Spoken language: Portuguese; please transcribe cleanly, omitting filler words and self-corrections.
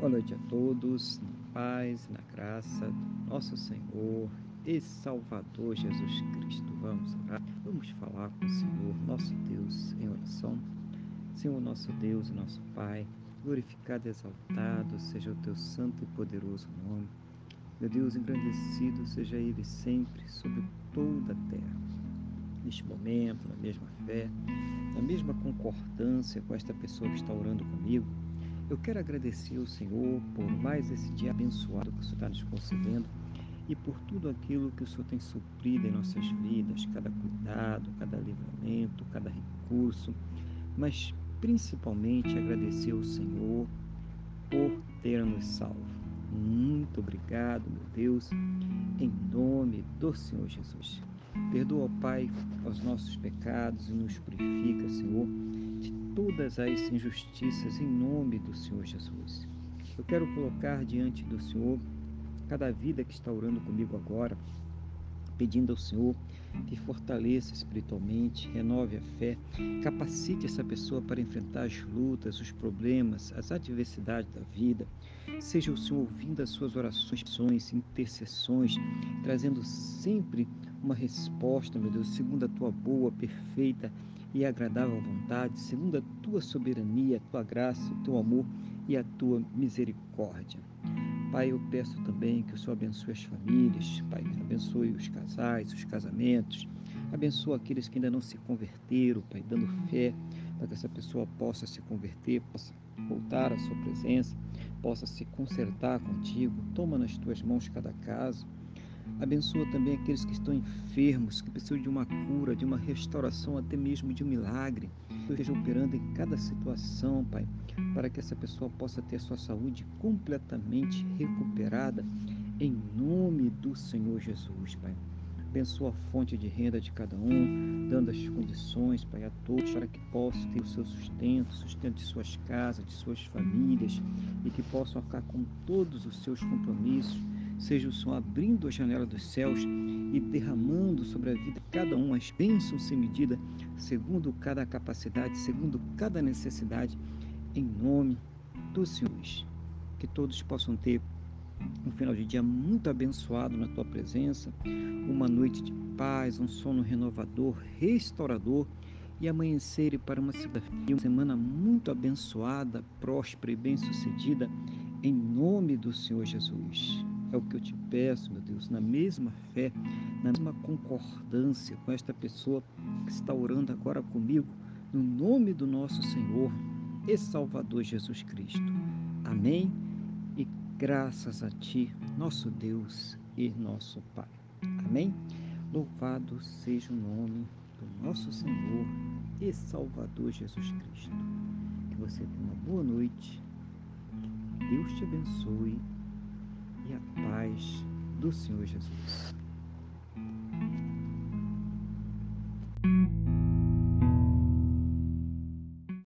Boa noite a todos, na paz, na graça do nosso Senhor e Salvador Jesus Cristo. Vamos orar, vamos falar com o Senhor, nosso Deus, em oração. Senhor, nosso Deus e nosso Pai, glorificado e exaltado seja o teu santo e poderoso nome. Meu Deus, engrandecido seja Ele sempre sobre toda a terra. Neste momento, na mesma fé, na mesma concordância com esta pessoa que está orando comigo, eu quero agradecer ao Senhor por mais esse dia abençoado que o Senhor está nos concedendo e por tudo aquilo que o Senhor tem suprido em nossas vidas, cada cuidado, cada livramento, cada recurso, mas principalmente agradecer ao Senhor por ter nos salvo. Muito obrigado, meu Deus, em nome do Senhor Jesus. Perdoa, Pai, os nossos pecados e nos purifica, Senhor, de todas as injustiças em nome do Senhor Jesus. Eu quero colocar diante do Senhor cada vida que está orando comigo agora, pedindo ao Senhor que fortaleça espiritualmente, renove a fé, capacite essa pessoa para enfrentar as lutas, os problemas, as adversidades da vida. Seja o Senhor ouvindo as suas orações, intercessões, trazendo sempre uma resposta, meu Deus, segundo a tua boa, perfeita e agradável vontade, segundo a tua soberania, a tua graça, o teu amor e a tua misericórdia. Pai, eu peço também que o Senhor abençoe as famílias, Pai, abençoe os casais, os casamentos, abençoe aqueles que ainda não se converteram, Pai, dando fé para que essa pessoa possa se converter, possa voltar à sua presença, possa se consertar contigo. Toma nas tuas mãos cada caso. Abençoa também aqueles que estão enfermos, que precisam de uma cura, de uma restauração, até mesmo de um milagre. Que esteja operando em cada situação, Pai, para que essa pessoa possa ter a sua saúde completamente recuperada, em nome do Senhor Jesus, Pai. Abençoa a fonte de renda de cada um, dando as condições, Pai, a todos, para que possam ter o seu sustento de suas casas, de suas famílias, e que possam arcar com todos os seus compromissos. Seja o Senhor abrindo a janela dos céus e derramando sobre a vida de cada um as bênçãos sem medida, segundo cada capacidade, segundo cada necessidade, em nome do Senhor. Que todos possam ter um final de dia muito abençoado na tua presença, uma noite de paz, um sono renovador, restaurador, e amanhecerem para uma segunda-feira, uma semana muito abençoada, próspera e bem-sucedida, em nome do Senhor Jesus. É o que eu te peço, meu Deus, na mesma fé, na mesma concordância com esta pessoa que está orando agora comigo, no nome do nosso Senhor e Salvador Jesus Cristo. Amém? E graças a Ti, nosso Deus e nosso Pai. Amém? Louvado seja o nome do nosso Senhor e Salvador Jesus Cristo. Que você tenha uma boa noite, Deus te abençoe e a paz do Senhor Jesus.